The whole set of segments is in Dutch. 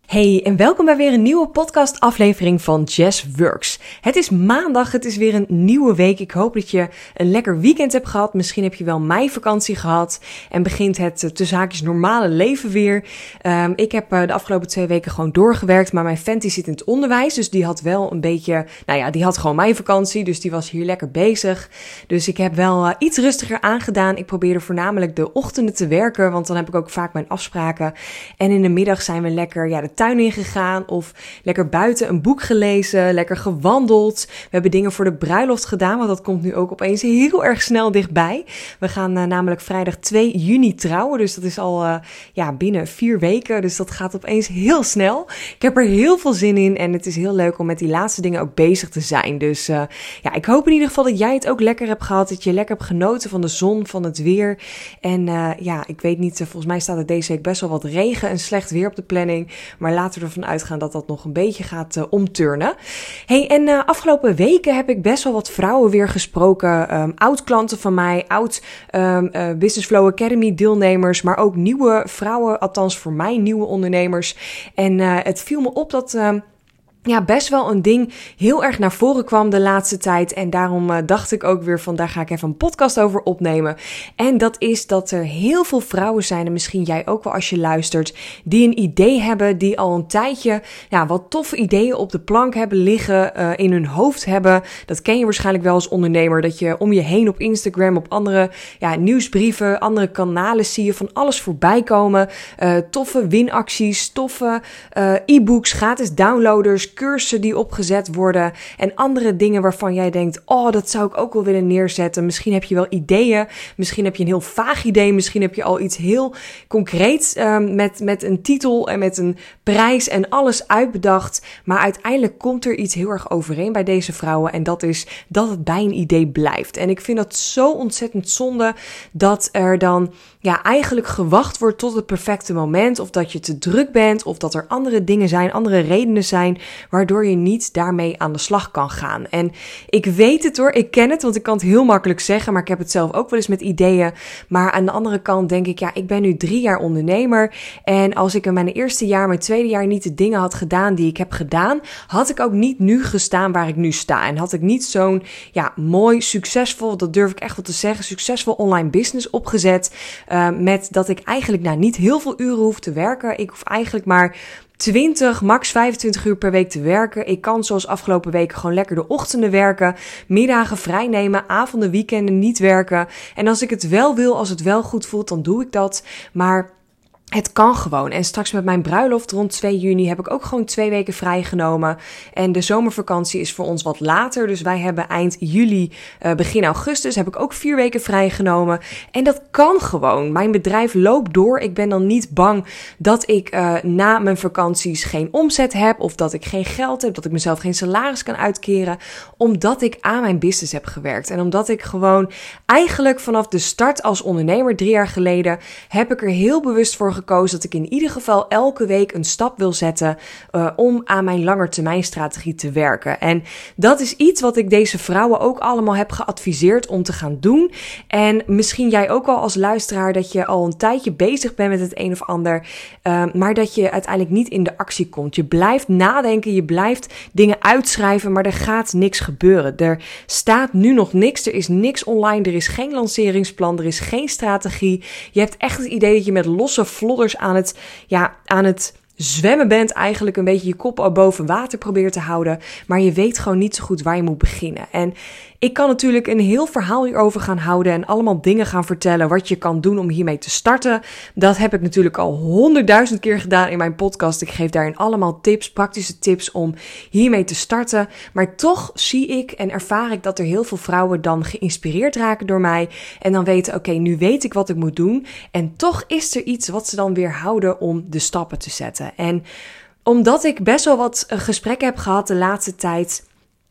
Hey, en welkom bij weer een nieuwe podcastaflevering van Jess Works. Het is maandag, het is weer een nieuwe week. Ik hoop dat je een lekker weekend hebt gehad. Misschien heb je wel meivakantie gehad en begint het tussen haakjes normale leven weer. Ik heb de afgelopen 2 weken gewoon doorgewerkt, maar mijn vent die zit in het onderwijs. Dus die had wel een beetje, die had gewoon meivakantie, dus die was hier lekker bezig. Dus ik heb wel iets rustiger aangedaan. Ik probeerde voornamelijk de ochtenden te werken, want dan heb ik ook vaak mijn afspraken. En in de middag zijn we lekker de tuin ingegaan of lekker buiten een boek gelezen, lekker gewandeld. We hebben dingen voor de bruiloft gedaan, want dat komt nu ook opeens heel erg snel dichtbij. We gaan namelijk vrijdag 2 juni trouwen, dus dat is al binnen 4 weken. Dus dat gaat opeens heel snel. Ik heb er heel veel zin in en het is heel leuk om met die laatste dingen ook bezig te zijn. Dus ik hoop in ieder geval dat jij het ook lekker hebt gehad, dat je lekker hebt genoten van de zon, van het weer. En ik weet niet, volgens mij staat er deze week best wel wat regen en slecht weer op de planning, maar laten we ervan uitgaan dat dat nog een beetje gaat omturnen. Hey, en afgelopen weken heb ik best wel wat vrouwen weer gesproken. Oud-klanten van mij, Business Flow Academy deelnemers, maar ook nieuwe vrouwen, althans voor mij nieuwe ondernemers. En het viel me op dat best wel een ding heel erg naar voren kwam de laatste tijd. En daarom dacht ik ook weer van, daar ga ik even een podcast over opnemen. En dat is dat er heel veel vrouwen zijn, en misschien jij ook wel als je luistert, die een idee hebben, die al een tijdje wat toffe ideeën op de plank hebben liggen, in hun hoofd hebben. Dat ken je waarschijnlijk wel als ondernemer, dat je om je heen op Instagram, op andere nieuwsbrieven, andere kanalen zie je van alles voorbij komen. Toffe winacties, toffe e-books, gratis downloaders, cursussen die opgezet worden en andere dingen waarvan jij denkt, dat zou ik ook wel willen neerzetten. Misschien heb je wel ideeën, misschien heb je een heel vaag idee, misschien heb je al iets heel concreets met een titel en met een prijs en alles uitbedacht, maar uiteindelijk komt er iets heel erg overeen bij deze vrouwen en dat is dat het bij een idee blijft. En ik vind dat zo ontzettend zonde dat er dan eigenlijk gewacht wordt tot het perfecte moment, of dat je te druk bent, of dat er andere dingen zijn, andere redenen zijn, waardoor je niet daarmee aan de slag kan gaan. En ik weet het hoor, ik ken het, want ik kan het heel makkelijk zeggen, maar ik heb het zelf ook wel eens met ideeën. Maar aan de andere kant denk ik, ik ben nu 3 jaar ondernemer en als ik in mijn eerste jaar, mijn tweede jaar niet de dingen had gedaan die ik heb gedaan, had ik ook niet nu gestaan waar ik nu sta. En had ik niet zo'n mooi, succesvol, dat durf ik echt wel te zeggen, succesvol online business opgezet, met dat ik eigenlijk niet heel veel uren hoef te werken. Ik hoef eigenlijk maar 20, max 25 uur per week te werken. Ik kan zoals afgelopen weken gewoon lekker de ochtenden werken, middagen vrij nemen, avonden, weekenden niet werken. En als ik het wel wil, als het wel goed voelt, dan doe ik dat. Maar het kan gewoon. En straks met mijn bruiloft rond 2 juni heb ik ook gewoon 2 weken vrijgenomen. En de zomervakantie is voor ons wat later. Dus wij hebben eind juli, begin augustus heb ik ook 4 weken vrijgenomen. En dat kan gewoon. Mijn bedrijf loopt door. Ik ben dan niet bang dat ik na mijn vakanties geen omzet heb. Of dat ik geen geld heb. Dat ik mezelf geen salaris kan uitkeren. Omdat ik aan mijn business heb gewerkt. En omdat ik gewoon eigenlijk vanaf de start als ondernemer 3 jaar geleden heb ik er heel bewust voor gekozen dat ik in ieder geval elke week een stap wil zetten om aan mijn langetermijnstrategie te werken. En dat is iets wat ik deze vrouwen ook allemaal heb geadviseerd om te gaan doen. En misschien jij ook al als luisteraar dat je al een tijdje bezig bent met het een of ander, maar dat je uiteindelijk niet in de actie komt. Je blijft nadenken, je blijft dingen uitschrijven, maar er gaat niks gebeuren. Er staat nu nog niks, er is niks online, er is geen lanceringsplan, er is geen strategie. Je hebt echt het idee dat je met losse vlodders aan het zwemmen bent, eigenlijk een beetje je kop al boven water probeert te houden, maar je weet gewoon niet zo goed waar je moet beginnen. En ik kan natuurlijk een heel verhaal hierover gaan houden en allemaal dingen gaan vertellen wat je kan doen om hiermee te starten. Dat heb ik natuurlijk al 100.000 keer gedaan in mijn podcast. Ik geef daarin allemaal tips, praktische tips om hiermee te starten. Maar toch zie ik en ervaar ik dat er heel veel vrouwen dan geïnspireerd raken door mij en dan weten, oké, nu weet ik wat ik moet doen. En toch is er iets wat ze dan weerhouden om de stappen te zetten. En omdat ik best wel wat gesprekken heb gehad de laatste tijd,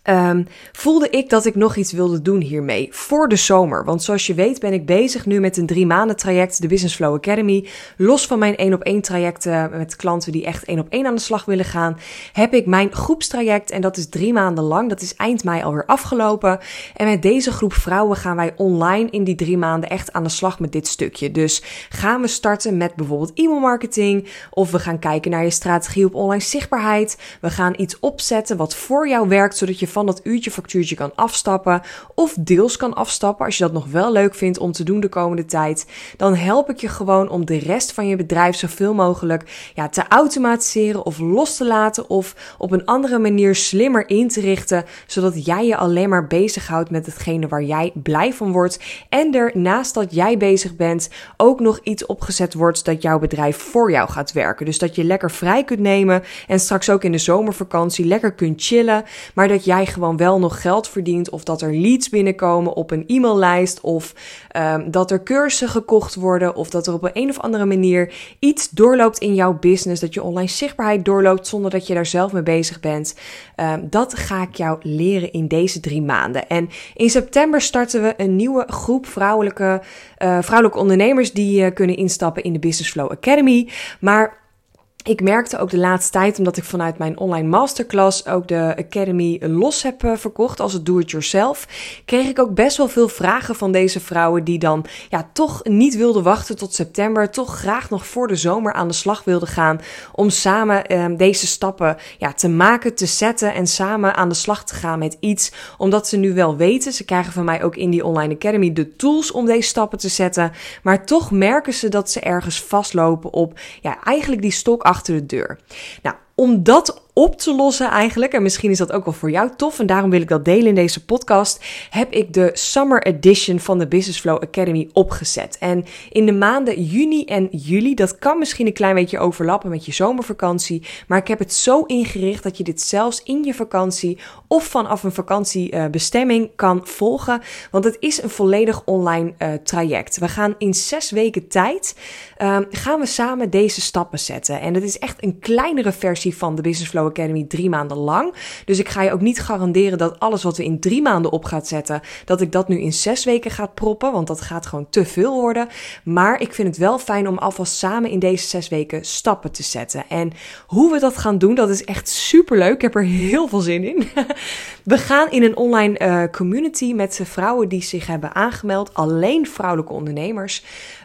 voelde ik dat ik nog iets wilde doen hiermee voor de zomer. Want zoals je weet ben ik bezig nu met een 3 maanden traject, de Business Flow Academy. Los van mijn 1-op-1 trajecten met klanten die echt 1-op-1 aan de slag willen gaan, heb ik mijn groepstraject en dat is 3 maanden lang. Dat is eind mei alweer afgelopen. En met deze groep vrouwen gaan wij online in die 3 maanden echt aan de slag met dit stukje. Dus gaan we starten met bijvoorbeeld e-mailmarketing of we gaan kijken naar je strategie op online zichtbaarheid. We gaan iets opzetten wat voor jou werkt, zodat je van dat uurtje factuurtje kan afstappen of deels kan afstappen als je dat nog wel leuk vindt om te doen de komende tijd. Dan help ik je gewoon om de rest van je bedrijf zoveel mogelijk te automatiseren of los te laten of op een andere manier slimmer in te richten, zodat jij je alleen maar bezighoudt met hetgene waar jij blij van wordt en er naast dat jij bezig bent ook nog iets opgezet wordt dat jouw bedrijf voor jou gaat werken. Dus dat je lekker vrij kunt nemen en straks ook in de zomervakantie lekker kunt chillen, maar dat jij gewoon wel nog geld verdient of dat er leads binnenkomen op een e-maillijst of dat er cursussen gekocht worden of dat er op een of andere manier iets doorloopt in jouw business, dat je online zichtbaarheid doorloopt zonder dat je daar zelf mee bezig bent. Dat ga ik jou leren in deze 3 maanden. En in september starten we een nieuwe groep vrouwelijke ondernemers die kunnen instappen in de Business Flow Academy. Maar ik merkte ook de laatste tijd, omdat ik vanuit mijn online masterclass ook de Academy los heb verkocht als het do-it-yourself, kreeg ik ook best wel veel vragen van deze vrouwen die dan toch niet wilden wachten tot september, toch graag nog voor de zomer aan de slag wilden gaan om samen deze stappen te maken, te zetten en samen aan de slag te gaan met iets, omdat ze nu wel weten, ze krijgen van mij ook in die online Academy de tools om deze stappen te zetten, maar toch merken ze dat ze ergens vastlopen op eigenlijk die stok achter de deur. Nou, om dat op te lossen eigenlijk, en misschien is dat ook wel voor jou tof en daarom wil ik dat delen in deze podcast, heb ik de Summer Edition van de Business Flow Academy opgezet. En in de maanden juni en juli, dat kan misschien een klein beetje overlappen met je zomervakantie, maar ik heb het zo ingericht dat je dit zelfs in je vakantie of vanaf een vakantiebestemming kan volgen, want het is een volledig online traject. We gaan in 6 weken tijd, gaan we samen deze stappen zetten. En het is echt een kleinere versie van de Business Flow Academy 3 maanden lang. Dus ik ga je ook niet garanderen dat alles wat we in 3 maanden op gaat zetten, dat ik dat nu in 6 weken ga proppen, want dat gaat gewoon te veel worden. Maar ik vind het wel fijn om alvast samen in deze 6 weken stappen te zetten. En hoe we dat gaan doen, dat is echt superleuk. Ik heb er heel veel zin in. We gaan in een online community met vrouwen die zich hebben aangemeld, alleen vrouwelijke ondernemers,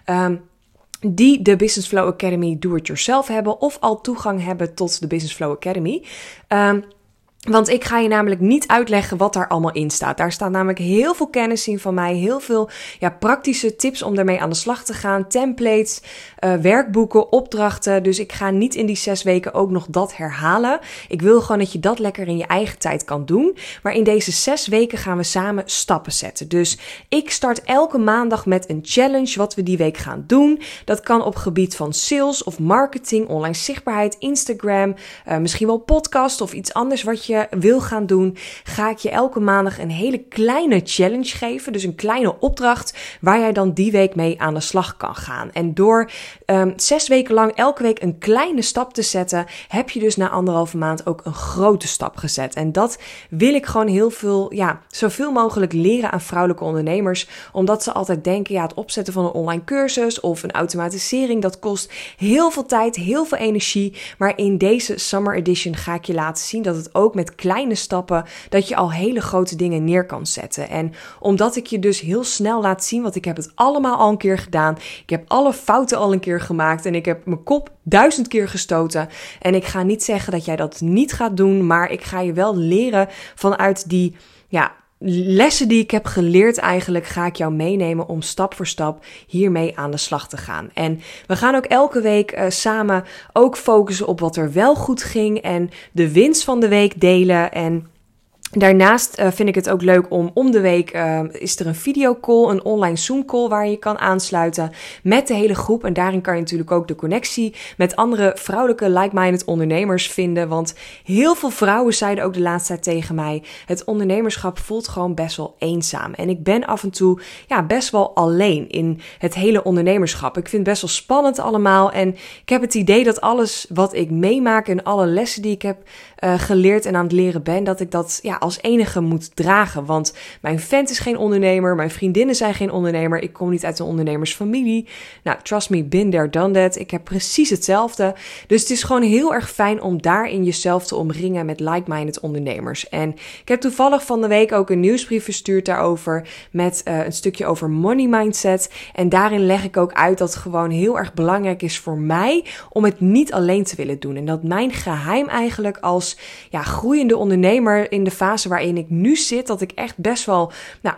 die de Business Flow Academy Do-It-Yourself hebben of al toegang hebben tot de Business Flow Academy. Want ik ga je namelijk niet uitleggen wat daar allemaal in staat. Daar staat namelijk heel veel kennis in van mij. Heel veel praktische tips om daarmee aan de slag te gaan. Templates, werkboeken, opdrachten. Dus ik ga niet in die 6 weken ook nog dat herhalen. Ik wil gewoon dat je dat lekker in je eigen tijd kan doen. Maar in deze 6 weken gaan we samen stappen zetten. Dus ik start elke maandag met een challenge wat we die week gaan doen. Dat kan op gebied van sales of marketing, online zichtbaarheid, Instagram, misschien wel podcast of iets anders wat je wil gaan doen, ga ik je elke maandag een hele kleine challenge geven. Dus een kleine opdracht waar jij dan die week mee aan de slag kan gaan. En door 6 weken lang elke week een kleine stap te zetten, heb je dus na 1,5 maand ook een grote stap gezet. En dat wil ik gewoon heel veel, zoveel mogelijk leren aan vrouwelijke ondernemers. Omdat ze altijd denken, het opzetten van een online cursus of een automatisering, dat kost heel veel tijd, heel veel energie. Maar in deze Summer Edition ga ik je laten zien dat het ook met kleine stappen, dat je al hele grote dingen neer kan zetten. En omdat ik je dus heel snel laat zien, want ik heb het allemaal al een keer gedaan. Ik heb alle fouten al een keer gemaakt en ik heb mijn kop 1000 keer gestoten. En ik ga niet zeggen dat jij dat niet gaat doen, maar ik ga je wel leren vanuit die, lessen die ik heb geleerd eigenlijk, ga ik jou meenemen om stap voor stap hiermee aan de slag te gaan. En we gaan ook elke week samen ook focussen op wat er wel goed ging en de winst van de week delen. En daarnaast vind ik het ook leuk om de week is er een videocall, een online Zoom call waar je kan aansluiten met de hele groep. En daarin kan je natuurlijk ook de connectie met andere vrouwelijke like-minded ondernemers vinden. Want heel veel vrouwen zeiden ook de laatste tijd tegen mij, het ondernemerschap voelt gewoon best wel eenzaam. En ik ben af en toe best wel alleen in het hele ondernemerschap. Ik vind het best wel spannend allemaal. En ik heb het idee dat alles wat ik meemaak en alle lessen die ik heb geleerd en aan het leren ben, dat ik dat als enige moet dragen. Want mijn vent is geen ondernemer, mijn vriendinnen zijn geen ondernemer, ik kom niet uit een ondernemersfamilie. Nou, trust me, been there, done that. Ik heb precies hetzelfde. Dus het is gewoon heel erg fijn om daarin jezelf te omringen met like-minded ondernemers. En ik heb toevallig van de week ook een nieuwsbrief verstuurd daarover met een stukje over money mindset. En daarin leg ik ook uit dat het gewoon heel erg belangrijk is voor mij om het niet alleen te willen doen. En dat mijn geheim eigenlijk als groeiende ondernemer in de fase waarin ik nu zit, dat ik echt best wel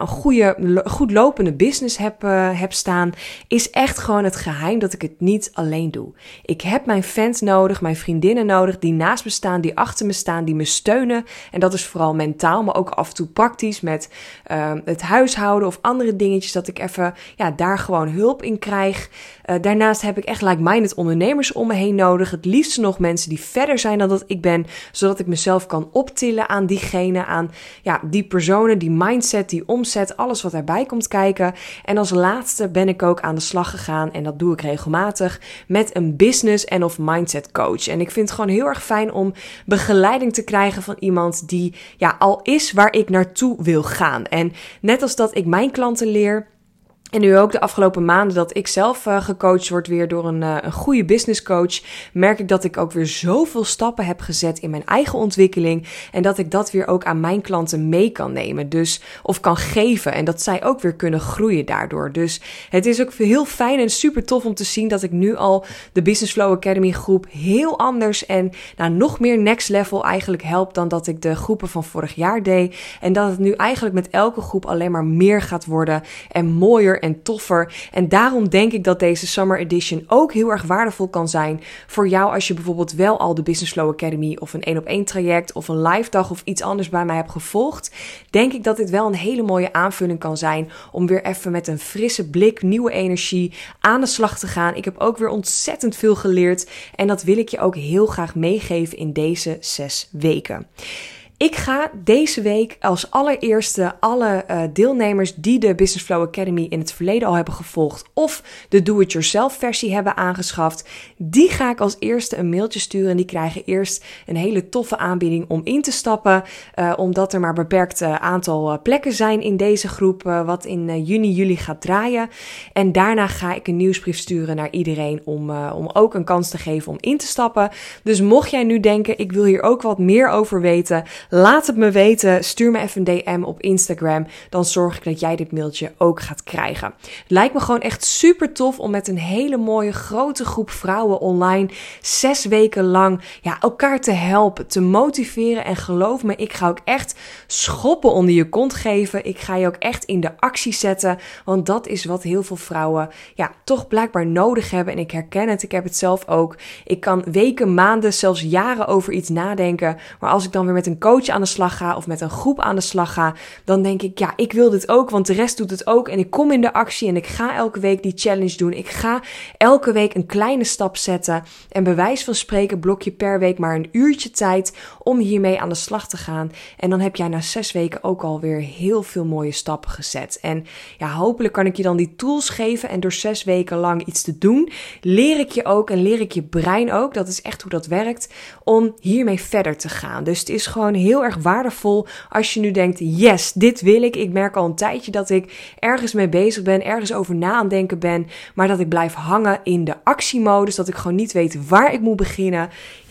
een goed lopende business heb staan, is echt gewoon het geheim dat ik het niet alleen doe. Ik heb mijn fans nodig, mijn vriendinnen nodig, die naast me staan, die achter me staan, die me steunen. En dat is vooral mentaal, maar ook af en toe praktisch met het huishouden of andere dingetjes, dat ik even daar gewoon hulp in krijg. Daarnaast heb ik echt like-minded ondernemers om me heen nodig. Het liefst nog mensen die verder zijn dan dat ik ben, zodat ik mezelf kan optillen aan diegene, aan die personen, die mindset, die omzet, alles wat erbij komt kijken. En als laatste ben ik ook aan de slag gegaan, en dat doe ik regelmatig, met een business en of mindset coach. En ik vind het gewoon heel erg fijn om begeleiding te krijgen van iemand die al is waar ik naartoe wil gaan. En net als dat ik mijn klanten leer, en nu ook de afgelopen maanden dat ik zelf gecoacht word weer door een goede business coach, merk ik dat ik ook weer zoveel stappen heb gezet in mijn eigen ontwikkeling. En dat ik dat weer ook aan mijn klanten mee kan nemen. Dus, of kan geven. En dat zij ook weer kunnen groeien daardoor. Dus het is ook heel fijn en super tof om te zien dat ik nu al de Business Flow Academy groep heel anders en nog meer next level eigenlijk help dan dat ik de groepen van vorig jaar deed. En dat het nu eigenlijk met elke groep alleen maar meer gaat worden en mooier en toffer. En daarom denk ik dat deze Summer Edition ook heel erg waardevol kan zijn voor jou als je bijvoorbeeld wel al de Business Flow Academy of een 1-op-1 traject of een live dag of iets anders bij mij hebt gevolgd. Denk ik dat dit wel een hele mooie aanvulling kan zijn om weer even met een frisse blik, nieuwe energie aan de slag te gaan. Ik heb ook weer ontzettend veel geleerd en dat wil ik je ook heel graag meegeven in deze 6 weken. Ik ga deze week als allereerste alle deelnemers die de Business Flow Academy in het verleden al hebben gevolgd of de Do-It-Yourself versie hebben aangeschaft, die ga ik als eerste een mailtje sturen en die krijgen eerst een hele toffe aanbieding om in te stappen, omdat er maar een beperkt aantal plekken zijn in deze groep wat in juni, juli gaat draaien. En daarna ga ik een nieuwsbrief sturen naar iedereen om ook een kans te geven om in te stappen. Dus mocht jij nu denken, ik wil hier ook wat meer over weten, laat het me weten, stuur me even een DM op Instagram, dan zorg ik dat jij dit mailtje ook gaat krijgen. Het lijkt me gewoon echt super tof om met een hele mooie grote groep vrouwen online 6 weken lang elkaar te helpen, te motiveren en geloof me, ik ga ook echt schoppen onder je kont geven. Ik ga je ook echt in de actie zetten, want dat is wat heel veel vrouwen toch blijkbaar nodig hebben en ik herken het, ik heb het zelf ook. Ik kan weken, maanden, zelfs jaren over iets nadenken, maar als ik dan weer met een coach aan de slag ga of met een groep aan de slag ga, dan denk ik, ik wil dit ook, want de rest doet het ook en ik kom in de actie en ik ga elke week die challenge doen. Ik ga elke week een kleine stap zetten en bij wijze van spreken blok je per week maar een uurtje tijd om hiermee aan de slag te gaan. En dan heb jij na 6 weken ook alweer heel veel mooie stappen gezet. En hopelijk kan ik je dan die tools geven en door 6 weken lang iets te doen, leer ik je ook en leer ik je brein ook, dat is echt hoe dat werkt, om hiermee verder te gaan. Dus het is gewoon heel erg waardevol als je nu denkt, yes, dit wil ik. Ik merk al een tijdje dat ik ergens mee bezig ben, ergens over na aan het denken ben, maar dat ik blijf hangen in de actiemodus, dat ik gewoon niet weet waar ik moet beginnen.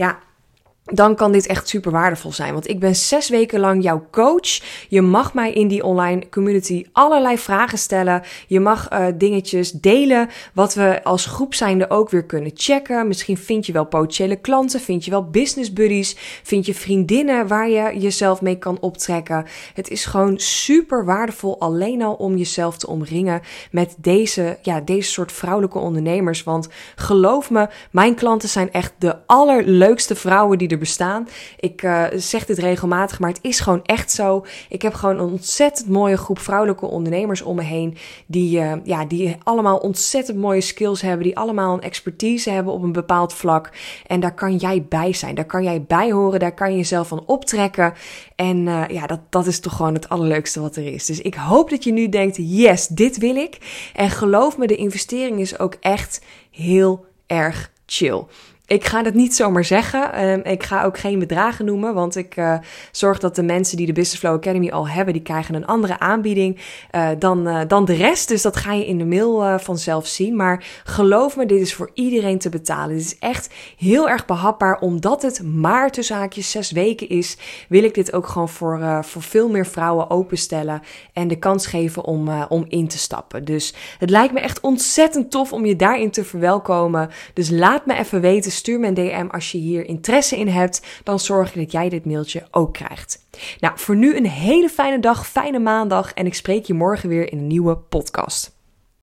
Dan kan dit echt super waardevol zijn. Want ik ben 6 weken lang jouw coach. Je mag mij in die online community allerlei vragen stellen. Je mag dingetjes delen wat we als groep zijnde ook weer kunnen checken. Misschien vind je wel potentiële klanten. Vind je wel business buddies. Vind je vriendinnen waar je jezelf mee kan optrekken. Het is gewoon super waardevol alleen al om jezelf te omringen met deze soort vrouwelijke ondernemers. Want geloof me, mijn klanten zijn echt de allerleukste vrouwen die er bestaan. Ik zeg dit regelmatig, maar het is gewoon echt zo. Ik heb gewoon een ontzettend mooie groep vrouwelijke ondernemers om me heen die allemaal ontzettend mooie skills hebben, die allemaal een expertise hebben op een bepaald vlak. En daar kan jij bij zijn, daar kan jij bij horen, daar kan je jezelf van optrekken. En dat is toch gewoon het allerleukste wat er is. Dus ik hoop dat je nu denkt, yes, dit wil ik. En geloof me, de investering is ook echt heel erg chill. Ik ga het niet zomaar zeggen. Ik ga ook geen bedragen noemen, want ik zorg dat de mensen die de Business Flow Academy al hebben, die krijgen een andere aanbieding dan de rest. Dus dat ga je in de mail vanzelf zien. Maar geloof me, dit is voor iedereen te betalen. Dit is echt heel erg behapbaar. Omdat het maar tussen haakjes 6 weken is, wil ik dit ook gewoon voor veel meer vrouwen openstellen en de kans geven om in te stappen. Dus het lijkt me echt ontzettend tof om je daarin te verwelkomen. Dus laat me even weten, stuur me een DM als je hier interesse in hebt. Dan zorg ik dat jij dit mailtje ook krijgt. Nou, voor nu een hele fijne dag, fijne maandag en ik spreek je morgen weer in een nieuwe podcast.